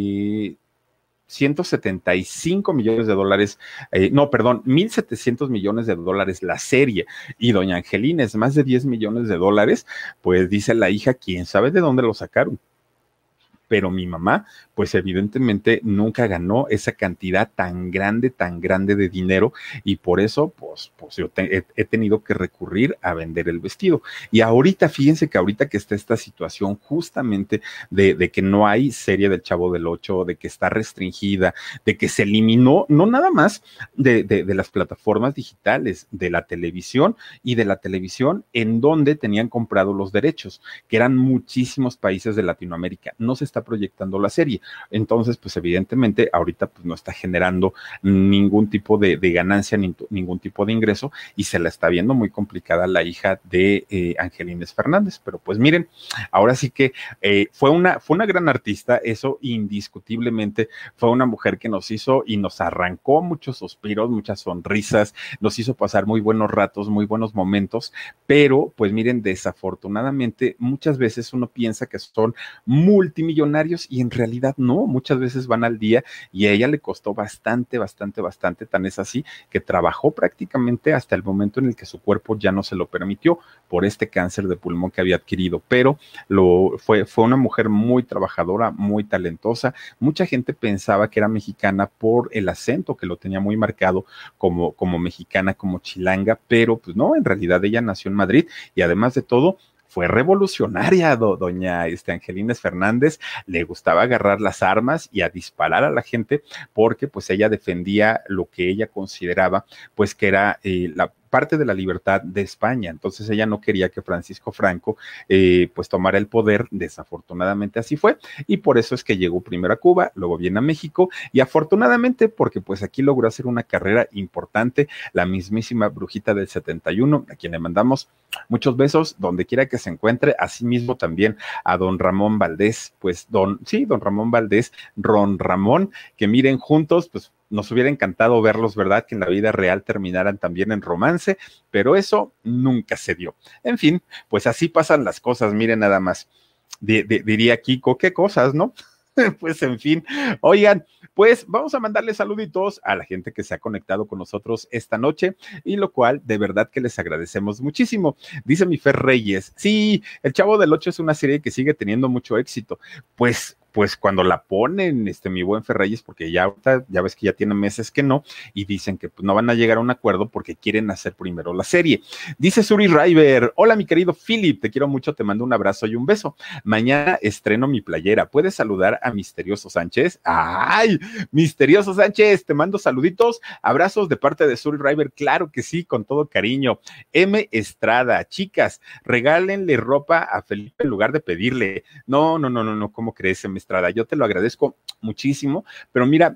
175 millones de dólares, no, perdón, 1,700 millones de dólares la serie, y doña Angelina es más de 10 millones de dólares, pues dice la hija, quién sabe de dónde lo sacaron. Pero mi mamá, pues evidentemente nunca ganó esa cantidad tan grande de dinero y por eso, pues yo he tenido que recurrir a vender el vestido. Y ahorita, fíjense que ahorita que está esta situación justamente de que no hay serie del Chavo del Ocho, de que está restringida, de que se eliminó, no nada más de las plataformas digitales, de la televisión y de la televisión en donde tenían comprado los derechos, que eran muchísimos países de Latinoamérica. No se está proyectando la serie. Entonces, pues evidentemente ahorita pues no está generando ningún tipo de ganancia, ningún tipo de ingreso y se la está viendo muy complicada la hija de Angelines Fernández. Pero pues miren, ahora sí que fue una gran artista, eso indiscutiblemente fue una mujer que nos hizo y nos arrancó muchos suspiros, muchas sonrisas, nos hizo pasar muy buenos ratos, muy buenos momentos, pero pues miren, desafortunadamente muchas veces uno piensa que son multimillonarios y en realidad no, muchas veces van al día y a ella le costó bastante, bastante, bastante, tan es así que trabajó prácticamente hasta el momento en el que su cuerpo ya no se lo permitió por este cáncer de pulmón que había adquirido, pero fue una mujer muy trabajadora, muy talentosa, mucha gente pensaba que era mexicana por el acento que lo tenía muy marcado como mexicana, como chilanga, pero pues no, en realidad ella nació en Madrid y además de todo, fue revolucionaria, doña Angelines Fernández, le gustaba agarrar las armas y a disparar a la gente porque pues ella defendía lo que ella consideraba pues que era la parte de la libertad de España. Entonces ella no quería que Francisco Franco pues tomara el poder, desafortunadamente así fue, y por eso es que llegó primero a Cuba, luego viene a México, y afortunadamente porque pues aquí logró hacer una carrera importante, la mismísima brujita del 71, a quien le mandamos muchos besos, donde quiera que se encuentre, asimismo también a don Ramón Valdés, pues don Ramón Valdés, Ron Ramón, que miren juntos, pues nos hubiera encantado verlos, ¿verdad? Que en la vida real terminaran también en romance, pero eso nunca se dio. En fin, pues así pasan las cosas, miren nada más. Diría Kiko, qué cosas, ¿no? Pues en fin, oigan, pues vamos a mandarle saluditos a la gente que se ha conectado con nosotros esta noche y lo cual de verdad que les agradecemos muchísimo. Dice mi Fer Reyes, sí, El Chavo del Ocho es una serie que sigue teniendo mucho éxito. Pues cuando la ponen, mi buen Ferreyes, porque ya ahorita, ya ves que ya tiene meses que no, y dicen que pues, no van a llegar a un acuerdo porque quieren hacer primero la serie. Dice Suri River, hola mi querido Philip, te quiero mucho, te mando un abrazo y un beso. Mañana estreno mi playera, ¿puedes saludar a Misterioso Sánchez? ¡Ay! Misterioso Sánchez, te mando saluditos, abrazos de parte de Suri River, claro que sí, con todo cariño. M. Estrada, chicas, regálenle ropa a Felipe en lugar de pedirle. No, ¿cómo crees, M. Estrada? Yo te lo agradezco muchísimo, pero mira,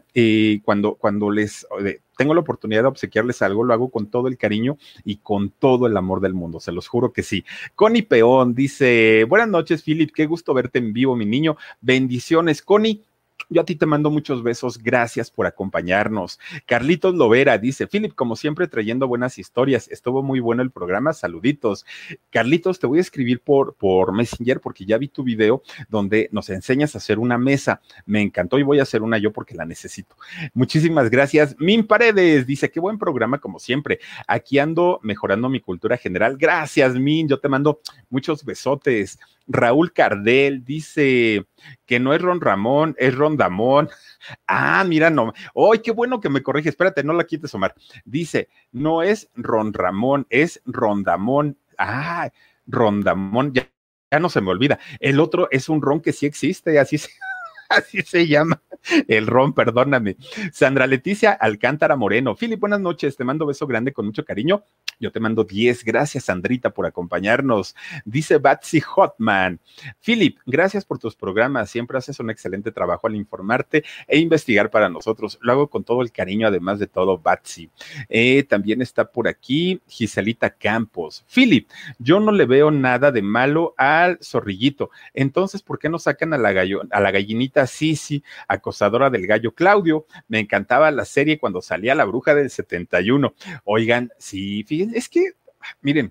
cuando les tengo la oportunidad de obsequiarles algo, lo hago con todo el cariño y con todo el amor del mundo, se los juro que sí. Connie Peón dice, buenas noches, Philip, qué gusto verte en vivo, mi niño, bendiciones, Connie. Yo a ti te mando muchos besos, gracias por acompañarnos. Carlitos Lovera dice, Philip, como siempre trayendo buenas historias, estuvo muy bueno el programa, saluditos. Carlitos, te voy a escribir por Messenger porque ya vi tu video donde nos enseñas a hacer una mesa, me encantó y voy a hacer una yo porque la necesito. Muchísimas gracias. Min Paredes dice, qué buen programa como siempre, aquí ando mejorando mi cultura general. Gracias, Min, yo te mando muchos besotes. Raúl Cardel dice que no es Ron Ramón, es Ron Damón. Ah, mira, no. ¡Ay, qué bueno que me corrige! Espérate, no la quites, Omar. Dice, no es Ron Ramón, es Rondamón. Ah, Rondamón, ya no se me olvida. El otro es un ron que sí existe, así se llama. El ron, perdóname. Sandra Leticia Alcántara Moreno. Philip, buenas noches. Te mando beso grande con mucho cariño. Yo te mando 10. Gracias, Sandrita, por acompañarnos. Dice Batsy Hotman. Philip, gracias por tus programas. Siempre haces un excelente trabajo al informarte e investigar para nosotros. Lo hago con todo el cariño, además de todo, Batsy. También está por aquí Giselita Campos. Philip, yo no le veo nada de malo al zorrillito. Entonces, ¿por qué no sacan a la gallinita Sisi, acosadora del gallo Claudio? Me encantaba la serie cuando salía La Bruja del 71. Oigan, sí, fíjense, es que, miren,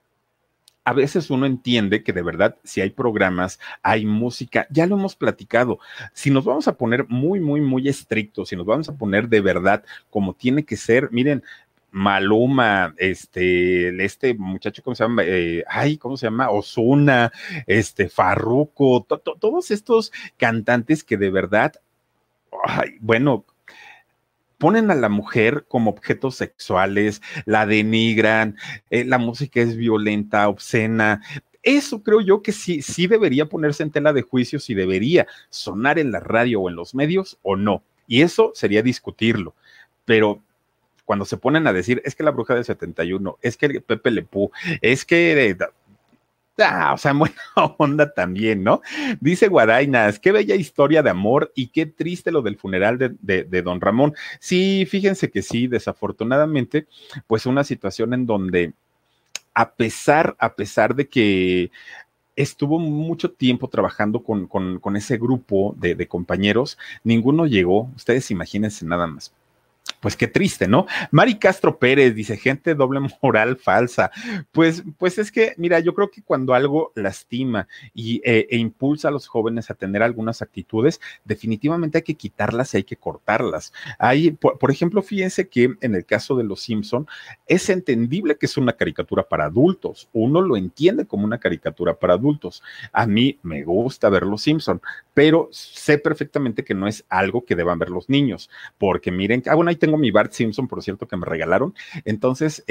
a veces uno entiende que de verdad, si hay programas, hay música, ya lo hemos platicado. Si nos vamos a poner muy, muy, muy estrictos, si nos vamos a poner de verdad como tiene que ser, miren, Maluma, este muchacho, ¿cómo se llama? ¿Cómo se llama? Ozuna, Farruko, todos estos cantantes que de verdad, bueno, ponen a la mujer como objetos sexuales, la denigran, la música es violenta, obscena. Eso creo yo que sí debería ponerse en tela de juicio, si debería sonar en la radio o en los medios o no. Y eso sería discutirlo. Pero cuando se ponen a decir, es que La Bruja del 71, es que Pepe Le Pew, es que... o sea, buena onda también, ¿no? Dice Guadainas, qué bella historia de amor y qué triste lo del funeral de don Ramón. Sí, fíjense que sí, desafortunadamente, pues una situación en donde a pesar de que estuvo mucho tiempo trabajando con ese grupo de compañeros, ninguno llegó, ustedes imagínense nada más. Pues qué triste, ¿no? Mari Castro Pérez dice, gente doble moral falsa. Pues es que, mira, yo creo que cuando algo lastima e impulsa a los jóvenes a tener algunas actitudes, definitivamente hay que quitarlas y hay que cortarlas. Hay, por ejemplo, fíjense que en el caso de Los Simpson, es entendible que es una caricatura para adultos. Uno lo entiende como una caricatura para adultos. A mí me gusta ver Los Simpson, pero sé perfectamente que no es algo que deban ver los niños, porque miren, bueno, ahí tengo mi Bart Simpson, por cierto, que me regalaron. Entonces,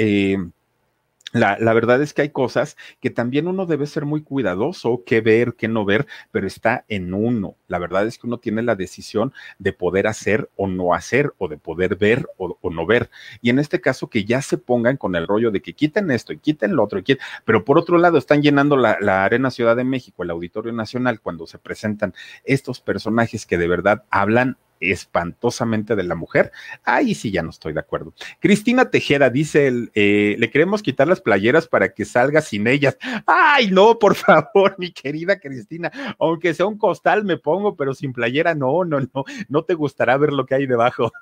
la verdad es que hay cosas que también uno debe ser muy cuidadoso, qué ver, qué no ver, pero está en uno. La verdad es que uno tiene la decisión de poder hacer o no hacer, o de poder ver o no ver. Y en este caso, que ya se pongan con el rollo de que quiten esto y quiten lo otro, pero por otro lado están llenando la Arena Ciudad de México, el Auditorio Nacional, cuando se presentan estos personajes que de verdad hablan espantosamente de la mujer. Ahí sí ya no estoy de acuerdo. Cristina Tejeda dice, le queremos quitar las playeras para que salga sin ellas. Ay, no, por favor, mi querida Cristina, aunque sea un costal me pongo, pero sin playera no te gustará ver lo que hay debajo.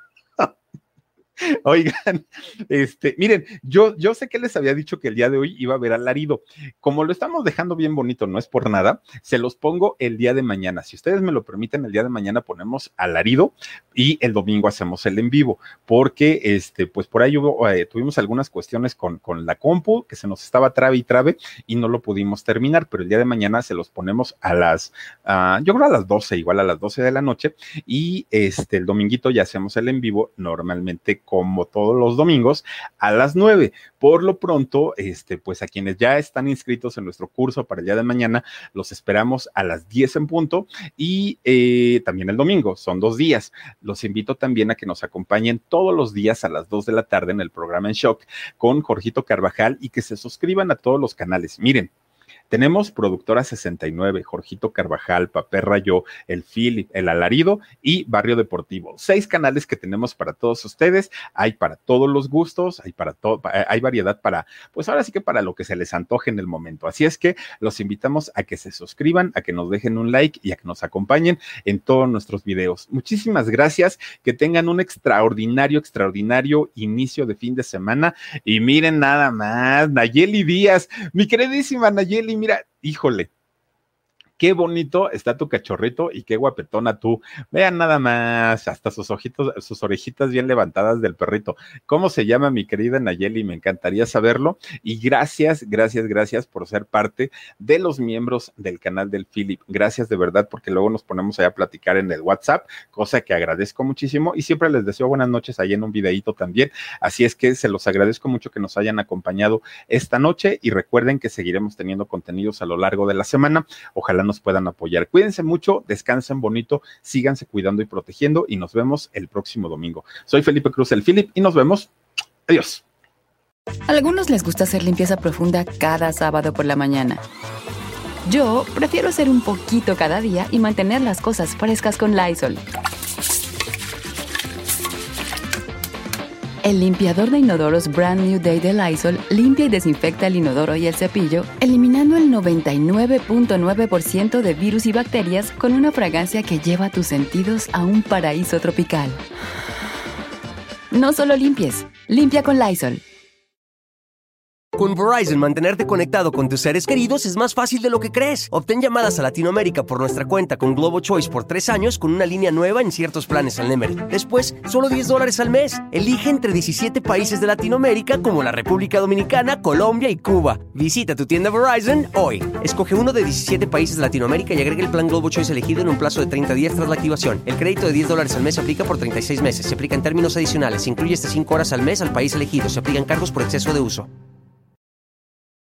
Oigan, miren, yo sé que les había dicho que el día de hoy iba a haber alarido. Como lo estamos dejando bien bonito, no es por nada, se los pongo el día de mañana. Si ustedes me lo permiten, el día de mañana ponemos alarido y el domingo hacemos el en vivo, porque pues por ahí tuvimos algunas cuestiones con la compu, que se nos estaba trabe y no lo pudimos terminar, pero el día de mañana se los ponemos yo creo a las 12, igual a las 12 de la noche, y el dominguito ya hacemos el en vivo, normalmente como todos los domingos, a las 9. Por lo pronto, pues a quienes ya están inscritos en nuestro curso para el día de mañana, los esperamos a las 10 en punto y también el domingo, son 2 días. Los invito también a que nos acompañen todos los días a las 2 de la tarde en el programa En Shock con Jorgito Carvajal y que se suscriban a todos los canales. Miren, Tenemos Productora 69, Jorgito Carvajal, Papé Rayó, El Philip, El Alarido y Barrio Deportivo. 6 canales que tenemos para todos ustedes. Hay para todos los gustos, hay variedad para, pues ahora sí que para lo que se les antoje en el momento. Así es que los invitamos a que se suscriban, a que nos dejen un like y a que nos acompañen en todos nuestros videos. Muchísimas gracias, que tengan un extraordinario inicio de fin de semana. Y miren nada más, Nayeli Díaz, mi queridísima Nayeli, mira, híjole, qué bonito está tu cachorrito y qué guapetona tú. Vean nada más, hasta sus orejitas bien levantadas del perrito. ¿Cómo se llama mi querida Nayeli? Me encantaría saberlo. Y gracias por ser parte de los miembros del canal del Philip. Gracias de verdad, porque luego nos ponemos allá a platicar en el WhatsApp, cosa que agradezco muchísimo y siempre les deseo buenas noches ahí en un videíto también. Así es que se los agradezco mucho que nos hayan acompañado esta noche y recuerden que seguiremos teniendo contenidos a lo largo de la semana. Ojalá nos puedan apoyar. Cuídense mucho, descansen bonito, síganse cuidando y protegiendo y nos vemos el próximo domingo. Soy Felipe Cruz, el Philip, y nos vemos. Adiós. A algunos les gusta hacer limpieza profunda cada sábado por la mañana. Yo prefiero hacer un poquito cada día y mantener las cosas frescas con Lysol. El limpiador de inodoros Brand New Day de Lysol limpia y desinfecta el inodoro y el cepillo, eliminando el 99.9% de virus y bacterias con una fragancia que lleva tus sentidos a un paraíso tropical. No solo limpies, limpia con Lysol. Con Verizon, mantenerte conectado con tus seres queridos es más fácil de lo que crees. Obtén llamadas a Latinoamérica por nuestra cuenta con Globo Choice por 3 años con una línea nueva en ciertos planes al Nemery. Después, solo $10 al mes. Elige entre 17 países de Latinoamérica como la República Dominicana, Colombia y Cuba. Visita tu tienda Verizon hoy. Escoge uno de 17 países de Latinoamérica y agrega el plan Globo Choice elegido en un plazo de 30 días tras la activación. El crédito de $10 al mes se aplica por 36 meses. Se aplica en términos adicionales. Se incluye hasta 5 horas al mes al país elegido. Se aplican cargos por exceso de uso.